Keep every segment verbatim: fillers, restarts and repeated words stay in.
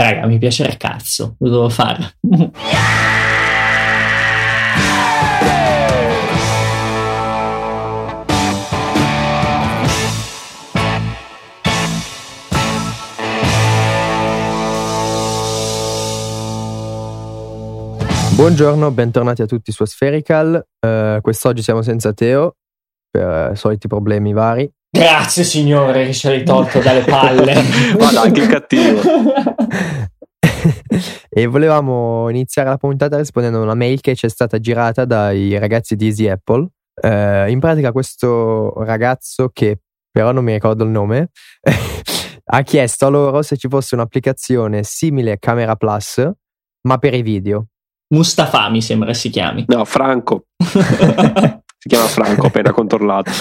Raga, mi piace il cazzo, lo devo fare. Buongiorno, bentornati a tutti su Spherical. Uh, quest'oggi siamo senza Teo per uh, soliti problemi vari. Grazie signore che ce l'hai tolto dalle palle. Guarda, anche il cattivo. E volevamo iniziare la puntata rispondendo a una mail che ci è stata girata dai ragazzi di Easy Apple. Uh, in pratica questo ragazzo, che però non mi ricordo il nome, ha chiesto a loro se ci fosse un'applicazione simile a Camera Plus ma per i video. Mustafa mi sembra si chiami. No, Franco. Si chiama Franco, appena controllato.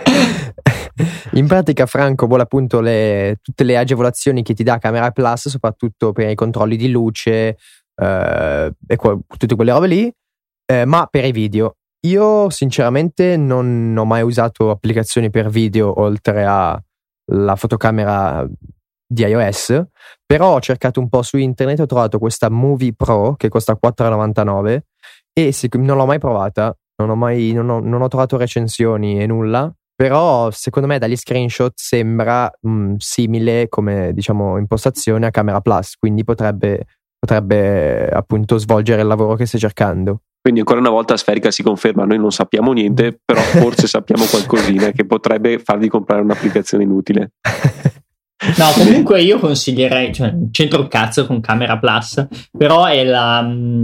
In pratica Franco vuole appunto le, tutte le agevolazioni che ti dà Camera Plus, soprattutto per i controlli di luce eh, e que- tutte quelle robe lì, eh, ma per i video. Io sinceramente non ho mai usato applicazioni per video oltre alla fotocamera di iOS, però ho cercato un po' su internet, ho trovato questa Movie Pro che costa quattro virgola novantanove e se, non l'ho mai provata, non ho mai non ho, non ho trovato recensioni e nulla, però secondo me dagli screenshot sembra mh, simile come diciamo impostazione a Camera Plus, quindi potrebbe potrebbe appunto svolgere il lavoro che stai cercando. Quindi ancora una volta Spherical si conferma, noi non sappiamo niente, però forse sappiamo qualcosina che potrebbe farvi comprare un'applicazione inutile. No, comunque io consiglierei, cioè c'entro il cazzo con Camera Plus, però è la,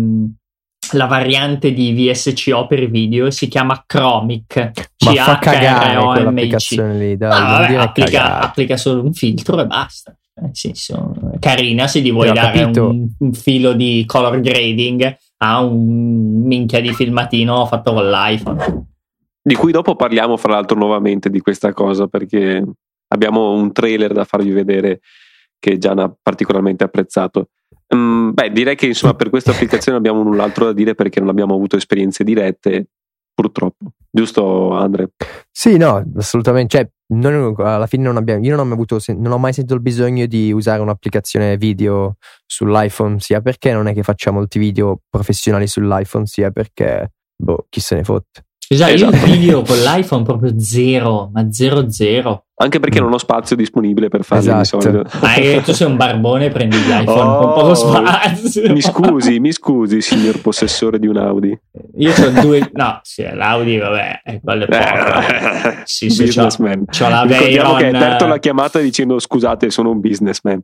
la variante di V S C O per i video, si chiama Chromic. Ma fa cagare quell'applicazione lì, dai, ah, non vabbè, dire applica, applica solo un filtro e basta. Nel senso, carina se gli vuoi Io ho dare capito. un, un filo di color grading a un minchia di filmatino fatto con l'iPhone. Di cui dopo parliamo fra l'altro nuovamente di questa cosa, perché abbiamo un trailer da farvi vedere che Gian ha particolarmente apprezzato. Um, beh, direi che insomma per questa applicazione abbiamo null'altro da dire perché non abbiamo avuto esperienze dirette, purtroppo. Giusto, Andre? Sì, no, assolutamente. Cioè, noi alla fine non abbiamo. Io non ho mai avuto, non ho mai sentito il bisogno di usare un'applicazione video sull'iPhone, sia perché non è che facciamo molti video professionali sull'iPhone, sia perché boh, chi se ne fotte. Esatto, Esatto. io il video con l'iPhone proprio zero, ma zero zero. Anche perché non ho spazio disponibile per farlo di Esatto. solito. Ma è che tu sei un barbone, prendi l'iPhone Oh, con poco spazio. Mi scusi, mi scusi, signor possessore di un Audi. Io ho due, no, sì, l'Audi, vabbè, è quello è poco. Sì, sì, c'ho, Businessman. c'ho la Ricordiamo che Veyron. Berto l'ha chiamata dicendo scusate, sono un businessman.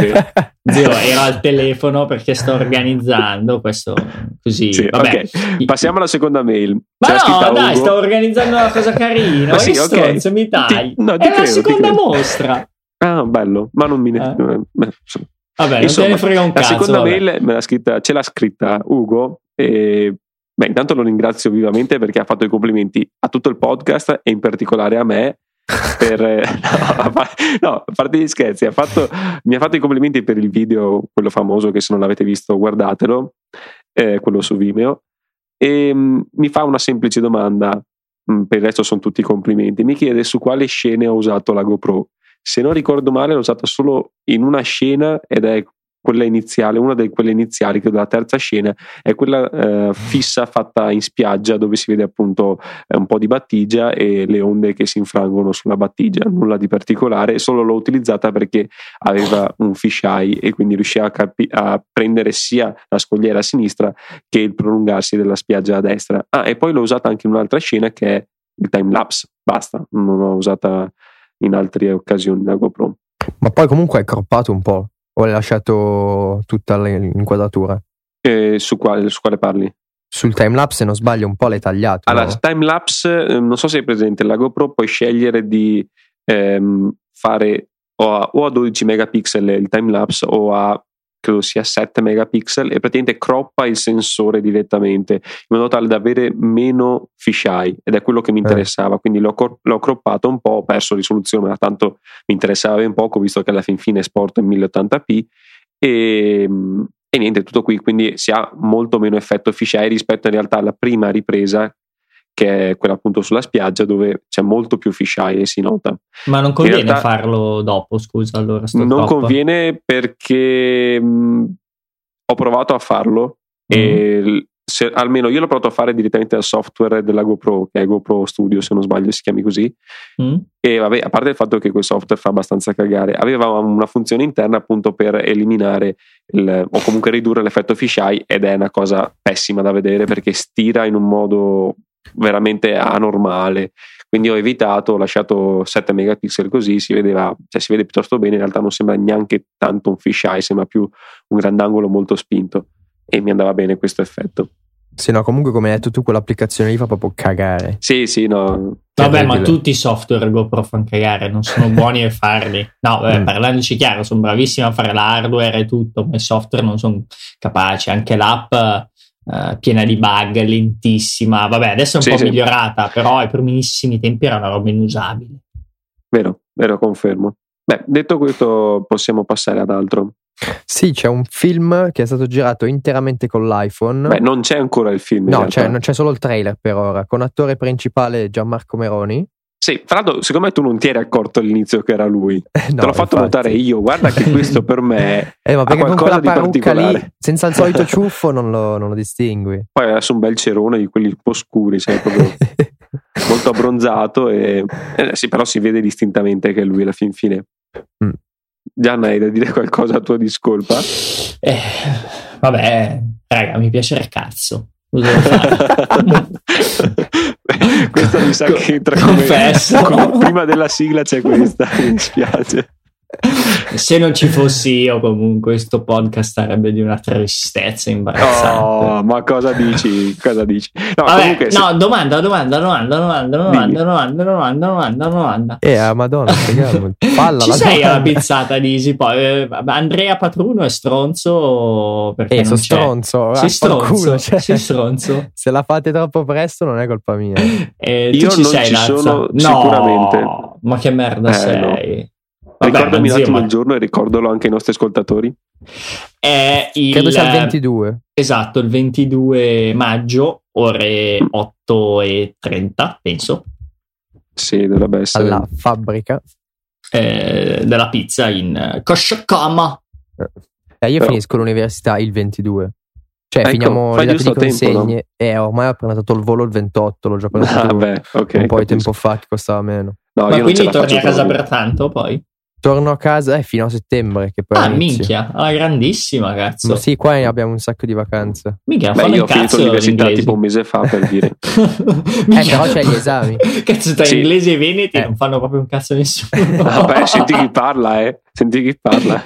Zio, ero al telefono perché sto organizzando questo così. Sì, vabbè. ok. Passiamo alla seconda mail. Ma C'è no, scritta dai, Ugo. sto organizzando una cosa carina. Ma sì, che ok. stronzo, mi tagli. Ti- no, ti è la credo, ti seconda credo. mostra. Ah, bello, ma non mi ne... Eh. Beh, insomma. Vabbè, non Insomma, te ne frega un la cazzo. seconda vabbè. mail me l'ha scritta, ce l'ha scritta Ugo e beh, intanto lo ringrazio vivamente perché ha fatto i complimenti a tutto il podcast e in particolare a me per eh, no, a fa- no, a parte gli scherzi, ha fatto, mi ha fatto i complimenti per il video, quello famoso che se non l'avete visto guardatelo, eh, quello su Vimeo, e mh, mi fa una semplice domanda, mh, per il resto sono tutti complimenti, mi chiede su quale scene ho usato la GoPro. Se non ricordo male l'ho usata solo in una scena ed è quella iniziale, una delle quelle iniziali, credo la terza scena è quella eh, fissa fatta in spiaggia dove si vede appunto eh, un po' di battigia e le onde che si infrangono sulla battigia, nulla di particolare, solo l'ho utilizzata perché aveva un fisheye e quindi riusciva a, capi- a prendere sia la scogliera a sinistra che il prolungarsi della spiaggia a destra. Ah, e poi l'ho usata anche in un'altra scena che è il time lapse, basta, non l'ho usata in altre occasioni la GoPro. Ma poi comunque è croppato un po'. O hai lasciato tutta l'inquadratura? Eh, su, quale, su quale parli? Sul timelapse, se non sbaglio, un po' l'hai tagliato. Allora, no? timelapse, eh, non so se è presente, la GoPro puoi scegliere di ehm, fare o a, o a dodici megapixel il timelapse o a credo sia sette megapixel e praticamente croppa il sensore direttamente in modo tale da avere meno fisheye ed è quello che mi interessava, eh. quindi l'ho, l'ho croppato un po', ho perso risoluzione ma tanto mi interessava ben poco visto che alla fin fine esporto in mille ottanta p e, e niente, tutto qui, quindi si ha molto meno effetto fisheye rispetto in realtà alla prima ripresa che è quella appunto sulla spiaggia, dove c'è molto più fisheye e si nota. Ma non conviene realtà, farlo dopo, scusa, allora sto non troppo. conviene perché mh, ho provato a farlo mm. e se, almeno io l'ho provato a fare direttamente dal software della GoPro, che è GoPro Studio se non sbaglio si chiami così, mm. e vabbè, a parte il fatto che quel software fa abbastanza cagare, aveva una funzione interna appunto per eliminare il, o comunque ridurre l'effetto fisheye, ed è una cosa pessima da vedere perché stira in un modo veramente anormale, quindi ho evitato, ho lasciato sette megapixel, così si vedeva, cioè si vede piuttosto bene, in realtà non sembra neanche tanto un fisheye, sembra più un grandangolo molto spinto, e mi andava bene questo effetto. Sì, no, comunque come hai detto tu, quell'applicazione lì fa proprio cagare. Sì, sì, no. Vabbè, ma tutti i software GoPro fanno cagare, non sono buoni a farli. No, vabbè, mm. parlandoci chiaro, sono bravissimi a fare l'hardware e tutto, ma i software non sono capaci. Anche l'app uh, piena di bug, lentissima. Vabbè, adesso è un sì, po' sì. migliorata, però ai primissimi tempi era una roba inusabile. Vero, vero, confermo. Beh, detto questo, possiamo passare ad altro. Sì, c'è un film che è stato girato interamente con l'iPhone. Beh, non c'è ancora il film. No, c'è, non c'è solo il trailer per ora, con attore principale Gianmarco Meroni. Sì, tra l'altro, secondo me tu non ti eri accorto all'inizio che era lui. Eh, no, Te l'ho fatto infatti. notare io. Guarda che questo per me eh, ma perché ha con qualcosa quella di particolare. Lì, senza il solito ciuffo, non lo, non lo distingui. Poi adesso un bel cerone di quelli un po' scuri, cioè proprio molto abbronzato. E eh, sì, però si vede distintamente che è lui alla fin fine. Mm. Gianna, hai da dire qualcosa a tua discolpa? Eh, vabbè, raga, mi piace il cazzo. Lo devo fare. Questa mi sa che entra Confesso. come, come prima della sigla c'è questa, mi spiace. Se non ci fossi io, comunque questo podcast sarebbe di una tristezza imbarazzante. Oh, ma cosa dici? Cosa dici? No, Vabbè, comunque, no, se... domanda, domanda, domanda, domanda, domanda, domanda, domanda, domanda, domanda. Eh, a Madonna, spieghiamo. Palla, ci la sei domanda. alla pizzata di Easy poi? Eh, Andrea Patruno è stronzo perché eh, non so c'è. stronzo. Sei stronzo, culo, cioè. sei stronzo. Se la fate troppo presto non è colpa mia. Eh, io tu ci non sei, ci Lazza? sono No, sicuramente. Ma che merda eh, sei? No. Vabbè, Ricordami un attimo ma... il giorno e ricordalo anche ai nostri ascoltatori. È il, credo sia il ventidue. Esatto, il ventidue maggio, ore otto e trenta, penso. Sì, dovrebbe essere. Alla fabbrica eh, della pizza in Koshikama. Eh, io Però... finisco l'università il ventidue. Cioè, ecco, finiamo le date di consegne. Tempo, no? E ormai ho prenotato il volo il ventotto. L'ho già prenotato ah, beh, okay, un po' capisco. di tempo fa, che costava meno. No, ma io quindi non ce la torni a casa proprio. per tanto poi? Torno a casa eh, fino a settembre. Che poi ah, inizio. minchia, ah, grandissima, cazzo. Ma sì, qua abbiamo un sacco di vacanze. Minchia, beh, io ho finito l'università l'inglese. tipo un mese fa, per dire. eh, però c'hai gli esami. Cazzo, tra sì. inglesi e veneti eh. non fanno proprio un cazzo nessuno. Vabbè, senti chi parla, eh. Senti chi parla.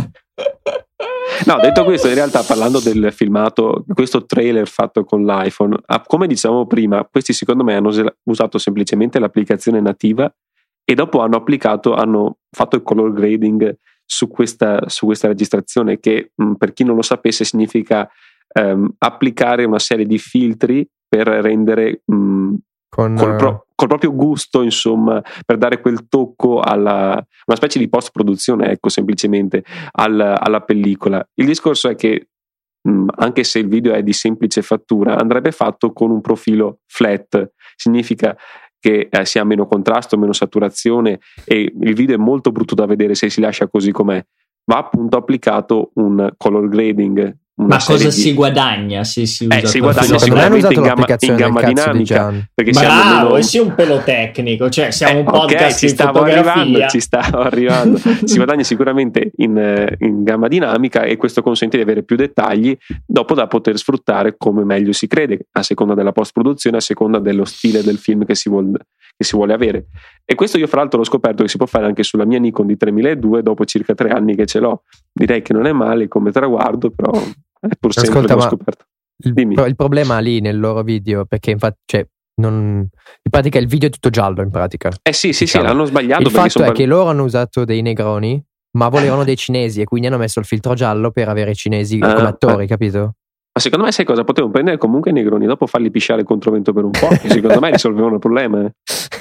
No, detto questo, in realtà parlando del filmato, questo trailer fatto con l'iPhone, come dicevamo prima, questi secondo me hanno usato semplicemente l'applicazione nativa e dopo hanno applicato, hanno fatto il color grading su questa, su questa registrazione, che mh, per chi non lo sapesse significa ehm, applicare una serie di filtri per rendere mh, con col, pro, col proprio gusto, insomma, per dare quel tocco alla una specie di post produzione, ecco, semplicemente al, alla pellicola. Il discorso è che mh, anche se il video è di semplice fattura, andrebbe fatto con un profilo flat, significa che eh, sia meno contrasto, meno saturazione, e il video è molto brutto da vedere se si lascia così com'è. Va appunto applicato un color grading. Ma cosa di... si guadagna se si usa? Eh, si guadagna sicuramente in gamma, in gamma dinamica, perché bravo, meno... e sia un pelo tecnico, cioè siamo eh, un podcast okay, ci di stavo fotografia. arrivando, ci stavo arrivando. Si guadagna sicuramente in, in gamma dinamica, e questo consente di avere più dettagli dopo da poter sfruttare come meglio si crede, a seconda della post produzione, a seconda dello stile del film che si vuole, che si vuole avere. E questo io fra l'altro l'ho scoperto che si può fare anche sulla mia Nikon di tremiladue dopo circa tre anni che ce l'ho. Direi che non è male come traguardo, però è pur sempre Ascolta, l'ho ma scoperto. Il, il problema lì nel loro video, perché infatti, cioè, non, in pratica il video è tutto giallo, in pratica. Eh sì, sì, diciamo. sì, l'hanno sbagliato. Il fatto è par- che loro hanno usato dei negroni, ma volevano dei cinesi, e quindi hanno messo il filtro giallo per avere i cinesi ah, come attori, eh. capito? Ma secondo me sai cosa? Potevano prendere comunque i negroni, dopo farli pisciare contro vento per un po', e secondo me risolvevano il problema. Eh.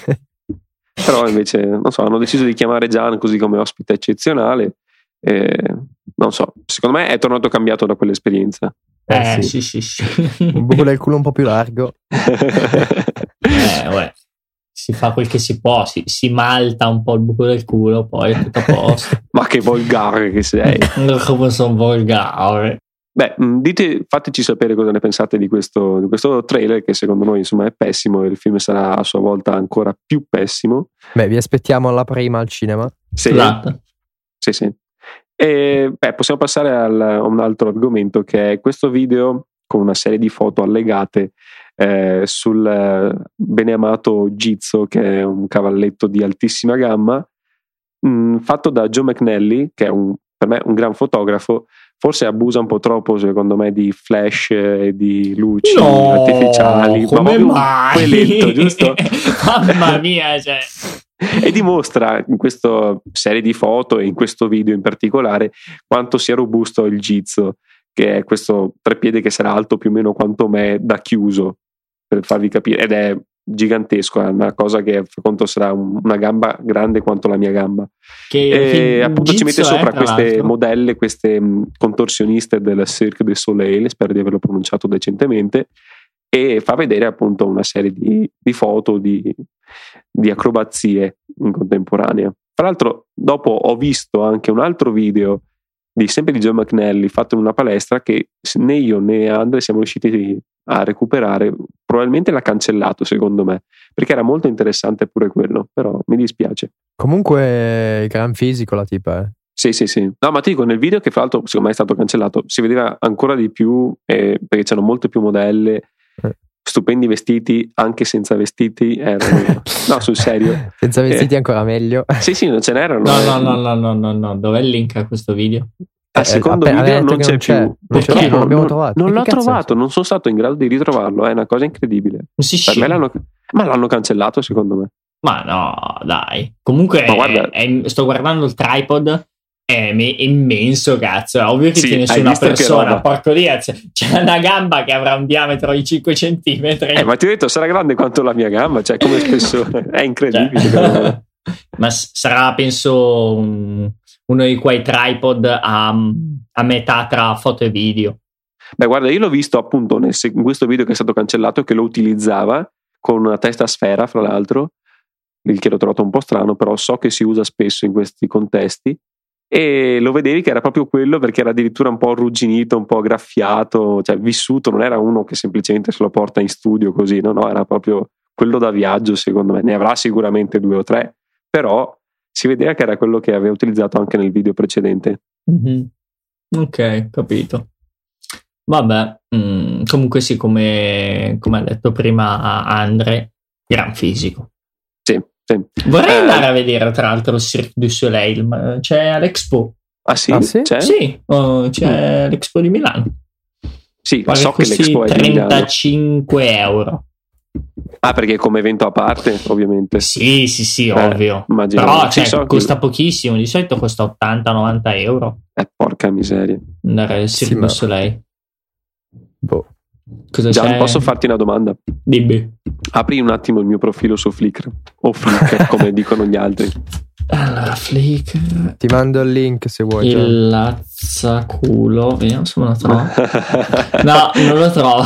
Però invece, non so, hanno deciso di chiamare Gian così come ospite eccezionale. Eh, non so, secondo me è tornato cambiato da quell'esperienza. Eh, eh sì, sì, sì. sì. Un buco del culo un po' più largo. eh, uè. Si fa quel che si può, si, si malta un po' il buco del culo, poi è tutto a posto. Ma che volgare che sei. Come sono volgare. Beh, dite, fateci sapere cosa ne pensate di questo, di questo trailer, che secondo noi insomma è pessimo e il film sarà a sua volta ancora più pessimo. Beh, vi aspettiamo alla prima al cinema. Sì, esatto. Sì, sì. E beh, possiamo passare al, a un altro argomento, che è questo video con una serie di foto allegate eh, sul eh, beneamato Jitso, che è un cavalletto di altissima gamma, mh, fatto da Joe McNally, che è un, per me un gran fotografo. Forse abusa un po' troppo, secondo me, di flash e di luci no, artificiali. Come ma mai? Quelletto, giusto? Mamma mia, cioè. E dimostra in questa serie di foto e in questo video in particolare quanto sia robusto il Jitso, che è questo treppiede che sarà alto più o meno quanto me da chiuso, per farvi capire, ed è gigantesco, è una cosa che conto sarà un, una gamba grande quanto la mia gamba, che, e che appunto ci mette sopra è, queste l'altro. modelle, queste mh, contorsioniste del Cirque du Soleil, spero di averlo pronunciato decentemente, e fa vedere appunto una serie di, di foto di, di acrobazie in contemporanea. Tra l'altro dopo ho visto anche un altro video di sempre di Joe McNally fatto in una palestra, che né io né Andre siamo riusciti a recuperare. Probabilmente l'ha cancellato, secondo me, perché era molto interessante pure quello, però mi dispiace. Comunque gran fisico la tipa, eh. Sì, sì, sì. No, ma ti dico, nel video, che fra l'altro secondo me è stato cancellato, si vedeva ancora di più, eh, perché c'erano molte più modelle, eh. stupendi vestiti, anche senza vestiti erano... no, sul serio, senza vestiti eh. ancora meglio. Sì, sì, non ce n'erano. No, eh. no, no, no, no, no, no. Dov'è il link a questo video? Al secondo appena video detto non che c'è, non c'è. più. Perché Perché non l'abbiamo trovato? Non E l'ho che cazzo trovato, non sono stato in grado di ritrovarlo, è una cosa incredibile. Si Per me l'hanno, ma l'hanno cancellato, secondo me. Ma no, dai. Comunque Ma guarda, è, è, sto guardando il tripod, è immenso, cazzo. È ovvio che sì, tiene su una persona, porco Dio, c'è una gamba che avrà un diametro di cinque centimetri. Eh, ma ti ho detto, sarà grande quanto la mia gamba, cioè come spessore, è incredibile. Cioè. Ma sarà, penso, un, uno di quei tripod a, a metà tra foto e video. Beh, guarda, io l'ho visto appunto nel, in questo video che è stato cancellato, che lo utilizzava con una testa a sfera, fra l'altro, il che l'ho trovato un po' strano, però so che si usa spesso in questi contesti, e lo vedevi che era proprio quello, perché era addirittura un po' arrugginito, un po' graffiato, cioè vissuto, non era uno che semplicemente se lo porta in studio così, no, no, era proprio quello da viaggio, secondo me. Ne avrà sicuramente due o tre, però si vedeva che era quello che aveva utilizzato anche nel video precedente. Mm-hmm. Ok, capito. Vabbè, mh, comunque sì, come, come ha detto prima Andre, gran fisico. Sì, sì. Vorrei eh, andare a vedere tra l'altro il Cirque du Soleil, ma c'è all'Expo. Ah sì? Ah, sì? C'è? Sì, oh, c'è mm. l'Expo di Milano. Sì, ma so che l'Expo è di Milano. trentacinque euro. Ah, perché è come evento a parte, ovviamente. Sì, sì, sì, eh, ovvio. Immagino. Però sì, cioè, so costa che... pochissimo, di solito costa ottanta novanta euro. Eh, porca miseria. Andare al Cirque sì, du ma... Soleil. Boh. Cosa Gian, c'è? posso farti una domanda? Dimmi. Apri un attimo il mio profilo su Flickr, o Flickr come dicono gli altri. Allora, Flickr. Ti mando il link se vuoi. Il Gian. Lazzaculo. Vediamo se me lo trovo. No, non lo trovo.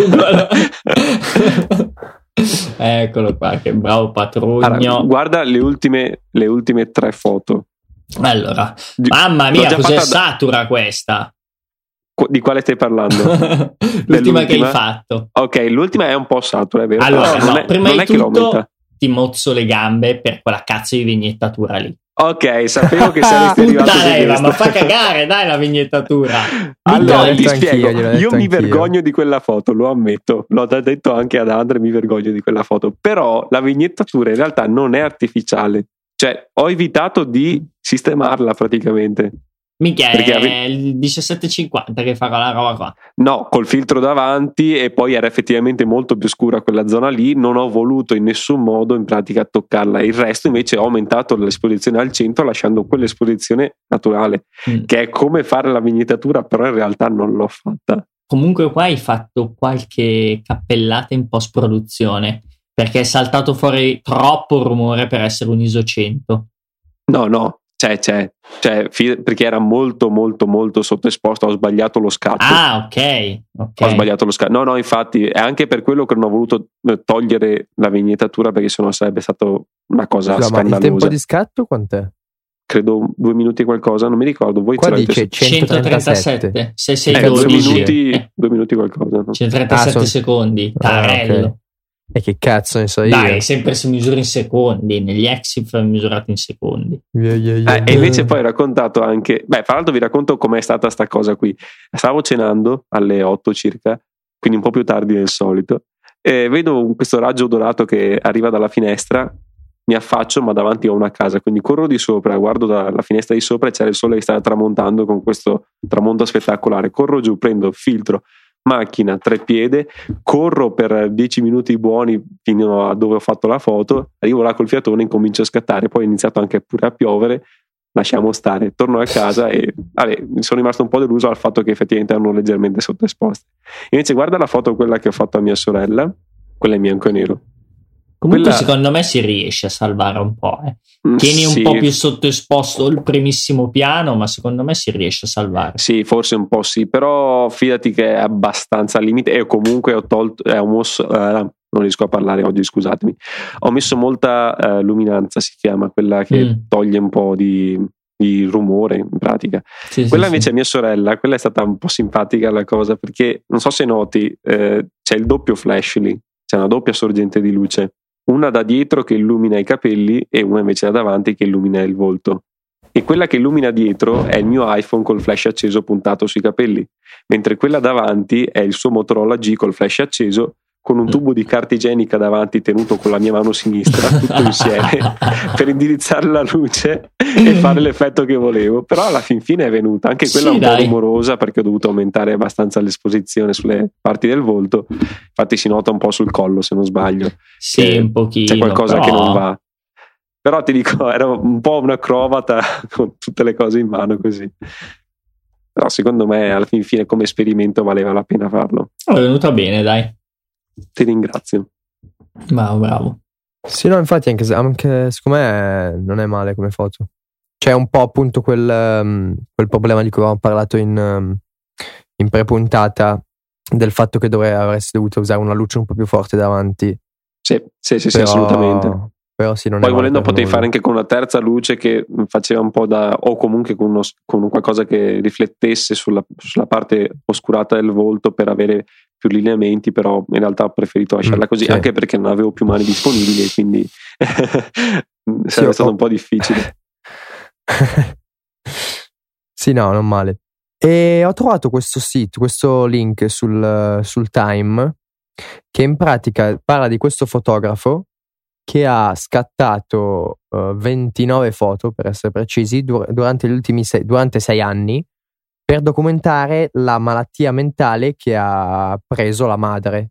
Eccolo qua, che bravo patrugno. Allora, guarda le ultime, le ultime tre foto. Allora, mamma mia, cos'è da... Satura questa? Di quale stai parlando? L'ultima che hai fatto. Ok, l'ultima è un po' satura, è vero? Allora, no, no, è, prima non di è tutto ti mozzo le gambe per quella cazzo di vignettatura lì. Ok, sapevo che saresti arrivato a Eva, ma fa cagare, dai, la vignettatura. Allora, ti spiego, io anch'io. mi anch'io. vergogno di quella foto, lo ammetto, l'ho detto anche ad Andre, mi vergogno di quella foto, però la vignettatura in realtà non è artificiale, cioè ho evitato di sistemarla praticamente. Mica Perché è ave... il diciassette cinquanta che fa quella roba qua. No, col filtro davanti, e poi era effettivamente molto più scura quella zona lì, non ho voluto in nessun modo in pratica toccarla. Il resto invece ho aumentato l'esposizione al centro, lasciando quell'esposizione naturale, mm. che è come fare la vignettatura, però in realtà non l'ho fatta. Comunque qua hai fatto qualche cappellata in post produzione, perché è saltato fuori troppo rumore per essere un I S O cento. No, no. C'è, c'è, c'è, perché era molto molto molto sottoesposto, ho sbagliato lo scatto. Ah, ok, okay. Ho sbagliato lo scatto. No, no, infatti è anche per quello che non ho voluto togliere la vignettatura, perché sennò sarebbe stato una cosa Scusa, scandalosa. Ma il tempo di scatto quant'è? Credo due minuti e qualcosa, non mi ricordo. Voi qua dice centotrentasette. Se sei eh, due dodici minuti, eh. due minuti e qualcosa. No? centotrentasette ah, son... secondi, tarello. Ah, okay. E che cazzo ne so io? Dai, sempre si misura in secondi, negli Exif è misurato in secondi. Yeah, yeah, yeah, eh, e invece poi ho raccontato anche, beh, fra l'altro vi racconto com'è stata sta cosa qui. Stavo cenando alle otto circa, quindi un po' più tardi del solito, e vedo questo raggio dorato che arriva dalla finestra, mi affaccio, ma davanti ho una casa, quindi corro di sopra, guardo dalla finestra di sopra e c'era il sole che stava tramontando con questo tramonto spettacolare. Corro giù, prendo filtro, macchina, treppiede, corro per dieci minuti buoni fino a dove ho fatto la foto, arrivo là col fiatone, incomincio a scattare, poi è iniziato anche pure a piovere, lasciamo stare, torno a casa e vabbè, mi sono rimasto un po' deluso al fatto che effettivamente erano leggermente sottoesposte. Invece guarda la foto, quella che ho fatto a mia sorella, quella in bianco e nero. Comunque quella... secondo me si riesce a salvare un po', eh. Tieni sì. un po' più sottoesposto il primissimo piano, ma secondo me si riesce a salvare. Sì, forse un po' sì, però fidati che è abbastanza al limite, e comunque ho tolto, eh, ho mosso, eh, non riesco a parlare oggi, scusatemi, ho messo molta eh, luminanza, si chiama, quella che mm. toglie un po' di, di rumore in pratica. Sì, quella sì, invece sì. è mia sorella, quella è stata un po' simpatica la cosa, perché non so se noti, eh, c'è il doppio flash lì, c'è una doppia sorgente di luce. Una da dietro che illumina i capelli e una invece da davanti che illumina il volto, e quella che illumina dietro è il mio iPhone col flash acceso puntato sui capelli, mentre quella davanti è il suo Motorola G col flash acceso con un tubo di carta igienica davanti tenuto con la mia mano sinistra, tutto insieme per indirizzare la luce e fare l'effetto che volevo. Però alla fin fine è venuta anche quella sì, un dai. po' rumorosa, perché ho dovuto aumentare abbastanza l'esposizione sulle parti del volto, infatti si nota un po' sul collo se non sbaglio, sì, un pochino, c'è qualcosa però... che non va, però ti dico era un po' un acrobata con tutte le cose in mano così. Però secondo me alla fin fine come esperimento valeva la pena farlo. È venuta bene, dai. Ti ringrazio. Bravo, bravo. Sì, no, infatti anche, anche secondo me non è male come foto. C'è un po' appunto quel, um, quel problema di cui avevamo parlato in, um, in pre-puntata, del fatto che dovrei, avresti dovuto usare una luce un po' più forte davanti. Sì, sì, sì, però, sì, assolutamente. Però sì, non poi è volendo potevi nulla. fare anche con una terza luce che faceva un po' da, o comunque con, uno, con qualcosa che riflettesse sulla, sulla parte oscurata del volto per avere più lineamenti, però in realtà ho preferito lasciarla così, mm, sì. anche perché non avevo più mani disponibili e quindi sarebbe sì, stato ho... un po' difficile. Sì, no, non male. E ho trovato questo sito, questo link sul, sul Time, che in pratica parla di questo fotografo che ha scattato uh, ventinove foto, per essere precisi, dur- durante gli ultimi sei, durante sei anni, per documentare la malattia mentale che ha preso la madre.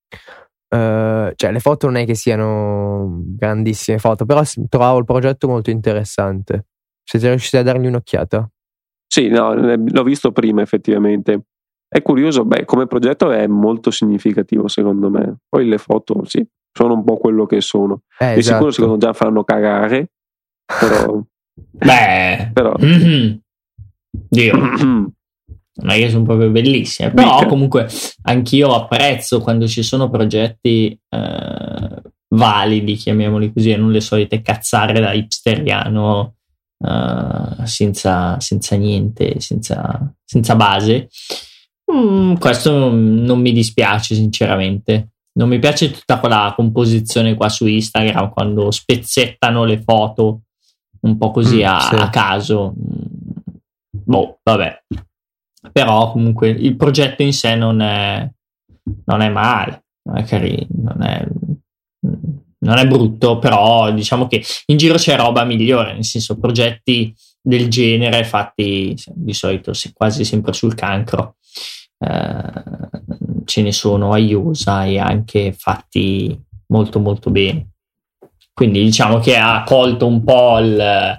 Uh, cioè le foto non è che siano grandissime foto, però trovavo il progetto molto interessante. Siete riusciti a dargli un'occhiata? Sì, no, l'ho visto prima effettivamente. È curioso, beh, come progetto è molto significativo secondo me. Poi le foto, sì, sono un po' quello che sono. Eh, di esatto. sicuro secondo già faranno cagare, però... Beh, però... Mm-hmm. Dio. Non è che sono proprio bellissime, però Mica. Comunque anch'io apprezzo quando ci sono progetti eh, validi, chiamiamoli così, e non le solite cazzare da hipsteriano eh, senza, senza niente, senza, senza base. Mm, questo non mi dispiace sinceramente. Non mi piace tutta quella composizione qua su Instagram quando spezzettano le foto un po' così mm, a, sì. a caso. Boh, vabbè. Però comunque il progetto in sé non è non è male, non è carino, non è, non è brutto, però diciamo che in giro c'è roba migliore, nel senso progetti del genere fatti di solito quasi sempre sul cancro, eh, ce ne sono a iosa e anche fatti molto molto bene, quindi diciamo che ha colto un po' il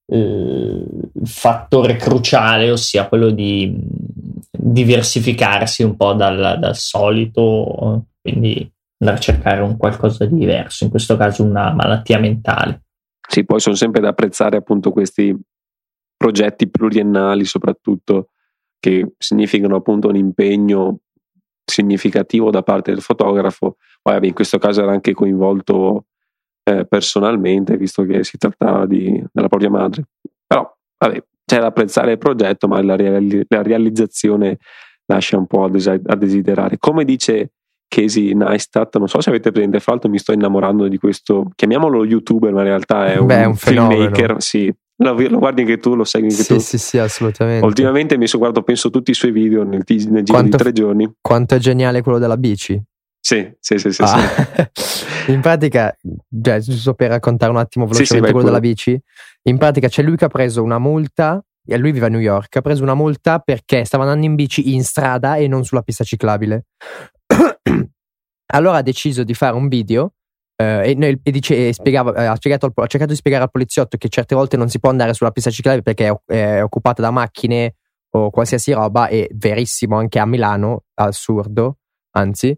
il fattore cruciale, ossia quello di diversificarsi un po' dal, dal solito, quindi andare a cercare un qualcosa di diverso, in questo caso una malattia mentale. Sì, poi sono sempre da apprezzare appunto questi progetti pluriennali soprattutto, che significano appunto un impegno significativo da parte del fotografo. Poi vabbè, in questo caso era anche coinvolto eh, personalmente, visto che si trattava di, della propria madre. Però vabbè, c'è da apprezzare il progetto, ma la, reali- la realizzazione lascia un po' a, desi- a desiderare. Come dice Casey Neistat, non so se avete presente, fra l'altro mi sto innamorando di questo, chiamiamolo youtuber, ma in realtà è un, Beh, è un filmmaker, fenomeno. Sì, lo, lo guardi anche tu, lo segui anche Sì, tu. sì, sì, assolutamente. Ultimamente mi sono guardato, penso, tutti i suoi video nel, nel giro Quanto- di tre giorni. Quanto è geniale quello della bici. Sì, sì, sì, sì, Ah. sì. In pratica, cioè, giusto per raccontare un attimo Sì, sì, velocemente vai quello pure. della bici, in pratica c'è lui che ha preso una multa, e lui vive a New York, ha preso una multa perché stava andando in bici in strada e non sulla pista ciclabile. Allora ha deciso di fare un video eh, e, e, dice, e spiegava, eh, ha, spiegato al, ha cercato di spiegare al poliziotto che certe volte non si può andare sulla pista ciclabile perché è, è occupata da macchine o qualsiasi roba, è verissimo anche a Milano, assurdo, anzi.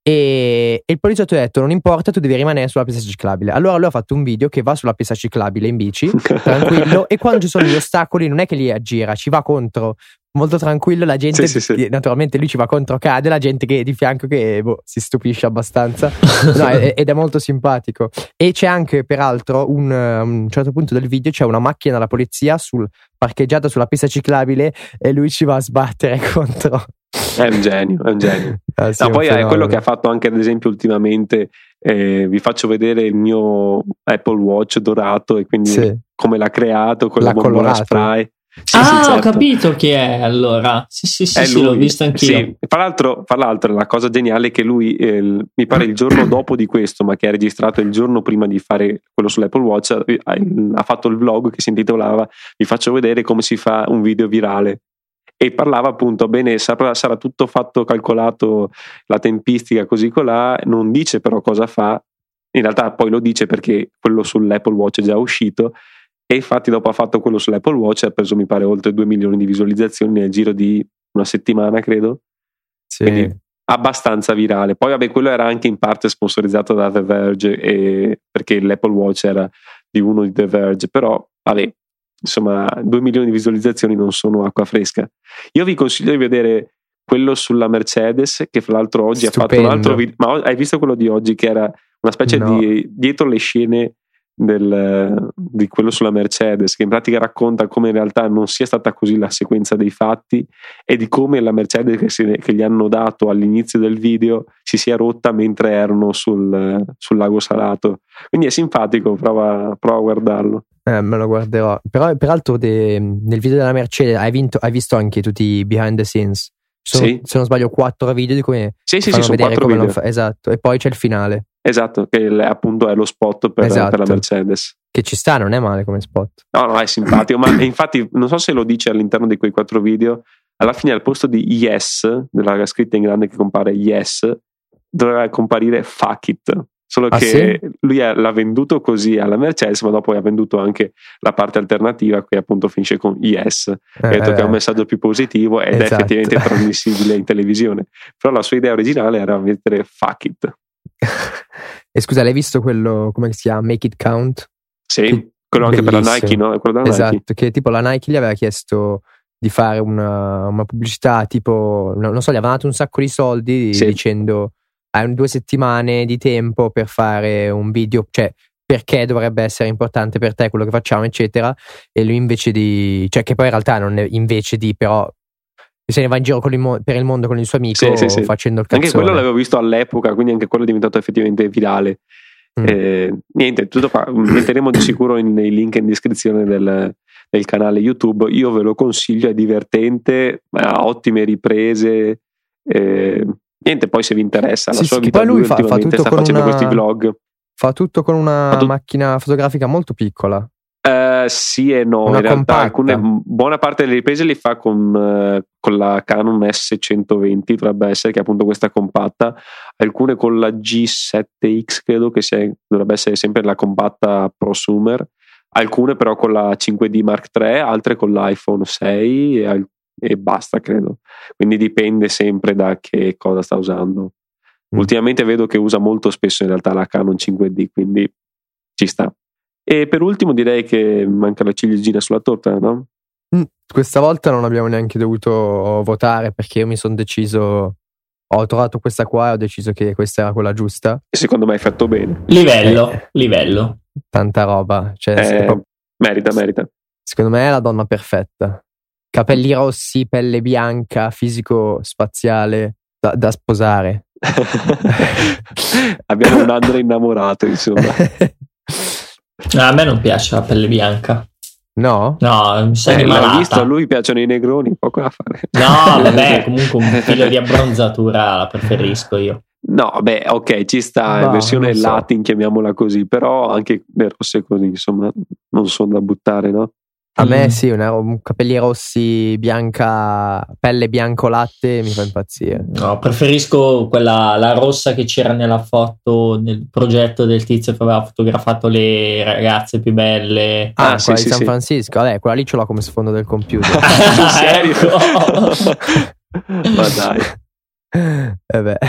E, e il poliziotto ha detto non importa, tu devi rimanere sulla pista ciclabile. Allora lui ha fatto un video che va sulla pista ciclabile in bici tranquillo, e quando ci sono gli ostacoli non è che li aggira, ci va contro molto tranquillo. La gente, Sì, sì, sì. naturalmente lui ci va contro, cade, la gente che è di fianco che boh, si stupisce abbastanza. No, è, ed è molto simpatico. E c'è anche peraltro un, a un certo punto del video c'è una macchina della polizia sul, parcheggiata sulla pista ciclabile e lui ci va a sbattere contro. È un genio, è un genio. Ah, sì, No, un poi è fenomeno. quello che ha fatto anche, ad esempio, ultimamente. Eh, vi faccio vedere il mio Apple Watch dorato e quindi Sì. come l'ha creato con L'ha la bombola colorato. spray. Sì, ah, sì, certo. ho capito chi è allora. Sì, sì, sì, È sì, lui. l'ho visto anch'io. Sì. Fra l'altro, fra l'altro, la cosa geniale è che lui, eh, mi pare il giorno dopo di questo, ma che ha registrato il giorno prima di fare quello sull'Apple Watch, ha, ha fatto il vlog che si intitolava "Vi faccio vedere come si fa un video virale". E parlava appunto, bene, sarà, sarà tutto fatto, calcolato, la tempistica così colà, non dice però cosa fa. In realtà poi lo dice perché quello sull'Apple Watch è già uscito, e infatti dopo ha fatto quello sull'Apple Watch, ha preso mi pare oltre due milioni di visualizzazioni nel giro di una settimana, credo. Sì. Quindi abbastanza virale. Poi vabbè, quello era anche in parte sponsorizzato da The Verge, e, perché l'Apple Watch era di uno di The Verge, però vabbè, insomma, due milioni di visualizzazioni non sono acqua fresca. Io vi consiglio di vedere quello sulla Mercedes, che fra l'altro oggi Stupendo. ha fatto un altro video. Ma hai visto quello di oggi, che era una specie No. di dietro le scene del, di quello sulla Mercedes, che in pratica racconta come in realtà non sia stata così la sequenza dei fatti, e di come la Mercedes che, si, che gli hanno dato all'inizio del video si sia rotta mentre erano sul, sul lago Salato. Quindi è simpatico, prova, prova a guardarlo. Eh, me lo guarderò. Però, peraltro, de, nel video della Mercedes hai, vinto, hai visto anche tutti i behind the scenes. Sono, Sì. Se non sbaglio, quattro video di come Sì, sì, fanno sì, sono vedere quattro come video. lo fa. Esatto. E poi c'è il finale, Esatto, che è, appunto è lo spot per, Esatto. per la Mercedes. che ci sta, non è male come spot. No, no, è simpatico, ma infatti non so se lo dice all'interno di quei quattro video, alla fine al posto di yes, della scritta in grande che compare yes, doveva comparire fuck it. Solo Ah, che sì? lui l'ha venduto così alla Mercedes, ma dopo ha venduto anche la parte alternativa che appunto finisce con yes. Eh, Ha detto eh, che è un messaggio più positivo ed esatto. è effettivamente trasmissibile in televisione. Però la sua idea originale era mettere fuck it. E scusa, l'hai visto quello, come si chiama? Make It Count? Sì, Che- quello anche per la bellissimo. Nike, no? Quello della Esatto, Nike. che tipo la Nike gli aveva chiesto di fare una, una pubblicità, tipo, no- non so, gli aveva dato un sacco di soldi Sì. dicendo hai due settimane di tempo per fare un video, cioè perché dovrebbe essere importante per te quello che facciamo, eccetera. E lui invece di, cioè che poi in realtà non è invece di, però se ne va in giro con il mo- per il mondo con il suo amico, Sì, sì, sì. facendo il cazzone. Anche quello l'avevo visto all'epoca, quindi anche quello è diventato effettivamente virale. Mm. Eh, niente, tutto qua. Metteremo di sicuro in- nei link in descrizione del, del canale YouTube. Io ve lo consiglio, è divertente, ha ottime riprese. Eh, niente, poi se vi interessa la Sì, sua sì, vita, poi lui lui fa- fa ultimamente tutto sta con facendo una- questi vlog. Fa tutto con una Fa tut- macchina fotografica molto piccola. Eh, sì e no, Una in realtà compatta. alcune, buona parte delle riprese li fa con, eh, con la Canon S centoventi, dovrebbe essere, che è appunto questa compatta, alcune con la G sette X, credo che sia, dovrebbe essere sempre la compatta prosumer, alcune però con la cinque D Mark tre, altre con l'iPhone sei e, al- e basta, credo. Quindi dipende sempre da che cosa sta usando. Mm. Ultimamente vedo che usa molto spesso in realtà la Canon cinque D, quindi ci sta. E per ultimo direi che manca la ciliegina sulla torta, no? Mm, questa volta non abbiamo neanche dovuto votare perché io mi sono deciso, ho trovato questa qua e ho deciso che questa era quella giusta. E secondo me hai fatto bene. Livello, Eh, livello. Tanta roba, cioè, Eh, se- proprio- merita, merita. secondo me è la donna perfetta. Capelli rossi, pelle bianca, fisico spaziale, da, da sposare. Abbiamo un Andre innamorato, insomma. No, a me non piace la pelle bianca. No? No, mi sa Eh, di l'ha malata. visto, a lui piacciono i negroni, poco da fare. No, vabbè, comunque un filo di abbronzatura la preferisco io. No, beh, ok, ci sta, No, in versione non so. Latin, chiamiamola così, però anche le rosse così, insomma, non sono da buttare, no? A me Mm. sì, una, un capelli rossi, bianca, pelle bianco latte mi fa impazzire. No, preferisco quella, la rossa che c'era nella foto, nel progetto del tizio che aveva fotografato le ragazze più belle. Ah, Ah, sì, quella sì, di San sì. Francisco, vabbè, quella lì ce l'ho come sfondo del computer. Sul serio? Ecco. Ma dai. Eh beh.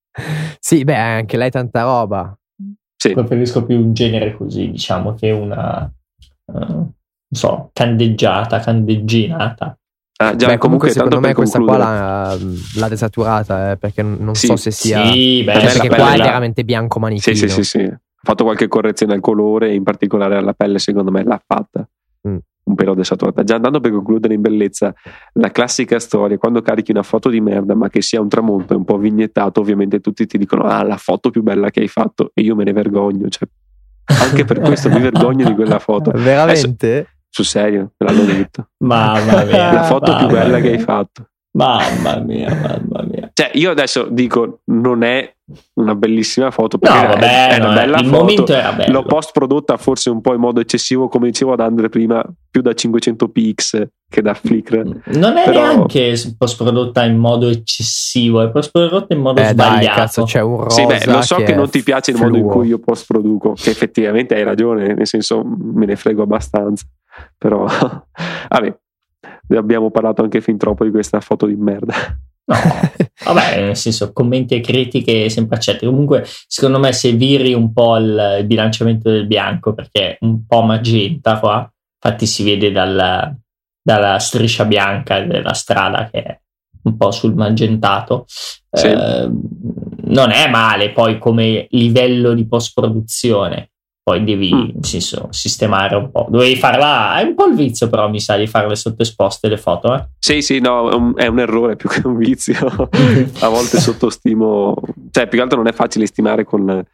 Sì, beh, anche lei tanta roba. Sì, Preferisco più un genere così, diciamo, che una, eh, non so, candeggiata, candegginata. ah, già, Beh, comunque secondo tanto me per questa qua concludere. l'ha, l'ha desaturata, eh, perché non non Sì, so se sia... Sì, beh, cioè, questa perché pelle qua è là- veramente bianco manichino. Sì, sì, sì, sì. Ha fatto qualche correzione al colore, in particolare alla pelle, secondo me l'ha fatta. Mm. Un pelo desaturata. Già andando per concludere in bellezza, la classica storia, quando carichi una foto di merda, ma che sia un tramonto, è un po' vignettato, ovviamente tutti ti dicono, ah, la foto più bella che hai fatto, e io me ne vergogno, cioè, anche per questo mi vergogno di quella foto. Adesso, Veramente? sul serio, me l'hanno detto. Mamma mia. La foto più mamma bella che mia. hai fatto. Mamma mia, mamma mia. Cioè, io adesso dico, non è una bellissima foto, No, perché vabbè, è, è una no, bella il foto. momento era bello. L'ho post prodotta forse un po' in modo eccessivo, come dicevo ad Andre prima, più da cinquecento px che da Flickr. Non è Però- neanche post prodotta in modo eccessivo, è post prodotta in modo Eh dai, sbagliato. cazzo, c'è un rosa Sì, beh, lo so che, è non ti piace il modo in fluo. cui io post produco, che effettivamente hai ragione, nel senso me ne frego abbastanza, però vabbè, ne abbiamo parlato anche fin troppo di questa foto di merda. No, vabbè, nel senso, commenti e critiche sempre accette. Comunque, secondo me, se viri un po' il, il bilanciamento del bianco, perché è un po' magenta qua, infatti si vede dal, dalla striscia bianca della strada che è un po' sul magentato. Sì. Eh, non è male poi come livello di post produzione. Poi devi, Mm. nel senso, sistemare un po'. Dovevi farla. È un po' il vizio, però, mi sa, di farle sottoesposte le foto, eh. Sì, sì, no, è un, è un errore più che un vizio. A volte sottostimo, cioè più che altro non è facile stimare con,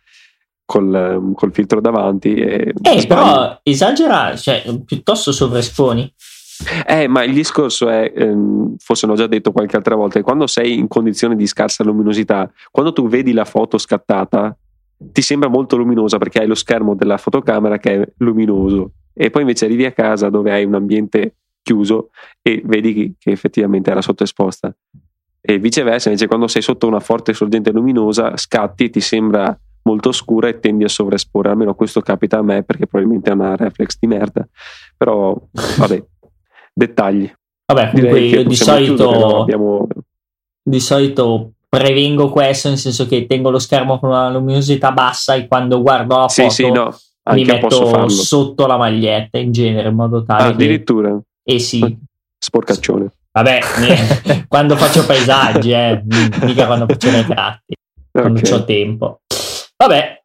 col, col filtro davanti. E Eh, sbagli. però esagera, cioè, piuttosto sovraesponi. Eh, ma il discorso è, ehm, forse l'ho già detto qualche altra volta, che quando sei in condizioni di scarsa luminosità, quando tu vedi la foto scattata, ti sembra molto luminosa perché hai lo schermo della fotocamera che è luminoso, e poi invece arrivi a casa dove hai un ambiente chiuso e vedi che, che effettivamente era sottoesposta, e viceversa. Invece quando sei sotto una forte sorgente luminosa scatti e ti sembra molto scura e tendi a sovraesporre. Almeno questo capita a me, perché probabilmente è una reflex di merda, però vabbè, dettagli. Vabbè, comunque Direi che io di possiamo chiudere, no? solito, Abbiamo... di solito prevengo questo, nel senso che tengo lo schermo con una luminosità bassa e quando guardo la Sì, foto sì, no, mi anche io posso metto farlo. sotto la maglietta in genere, in modo tale Ah, che... addirittura Eh sì, sporcaccione. vabbè, mi- quando faccio paesaggi, eh, mica quando faccio ritratti, quando Ok. ho tempo. Vabbè,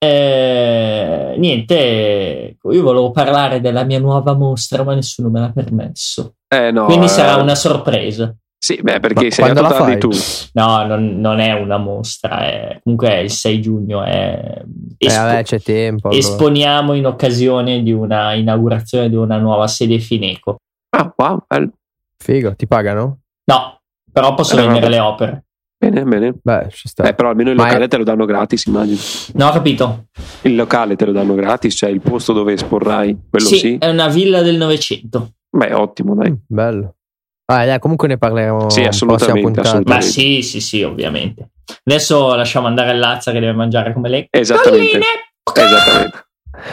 eh, niente, io volevo parlare della mia nuova mostra, ma nessuno me l'ha permesso. Eh, no, Quindi eh, sarà una sorpresa. Sì, beh, perché Ma sei quando andato la tardi fai? tu. No, non, non è una mostra, è, comunque è il sei giugno. È, Eh espo- vabbè, c'è tempo. allora. esponiamo in occasione di una inaugurazione di una nuova sede Fineco. Ah, wow, bello. Figo, ti pagano? No, però posso Eh, vendere vabbè. le opere. Bene, bene. Beh, ci sta. Eh, però almeno il Ma è- locale te lo danno gratis, immagino. No, ho capito? Il locale te lo danno gratis, cioè il posto dove esporrai, quello sì, sì. è una villa del Novecento. Beh, ottimo, dai. Mm, bello. Ah, dai, comunque ne parleremo Sì, in assolutamente, prossima puntata. assolutamente. Ma sì, sì, sì, ovviamente. Adesso lasciamo andare a Lazza che deve mangiare come lei. Esattamente. Palline! Esattamente.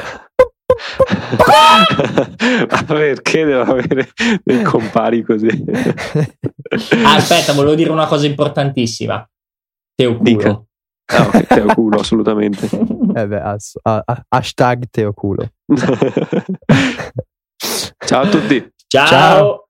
Ma perché devo avere dei compari così? Ah, aspetta, volevo dire una cosa importantissima. Teo culo. Dica. Ah, ok, te lo culo, assolutamente. Eh beh, ass- ah, ah, hashtag Teo culo. Ciao a tutti. Ciao. Ciao.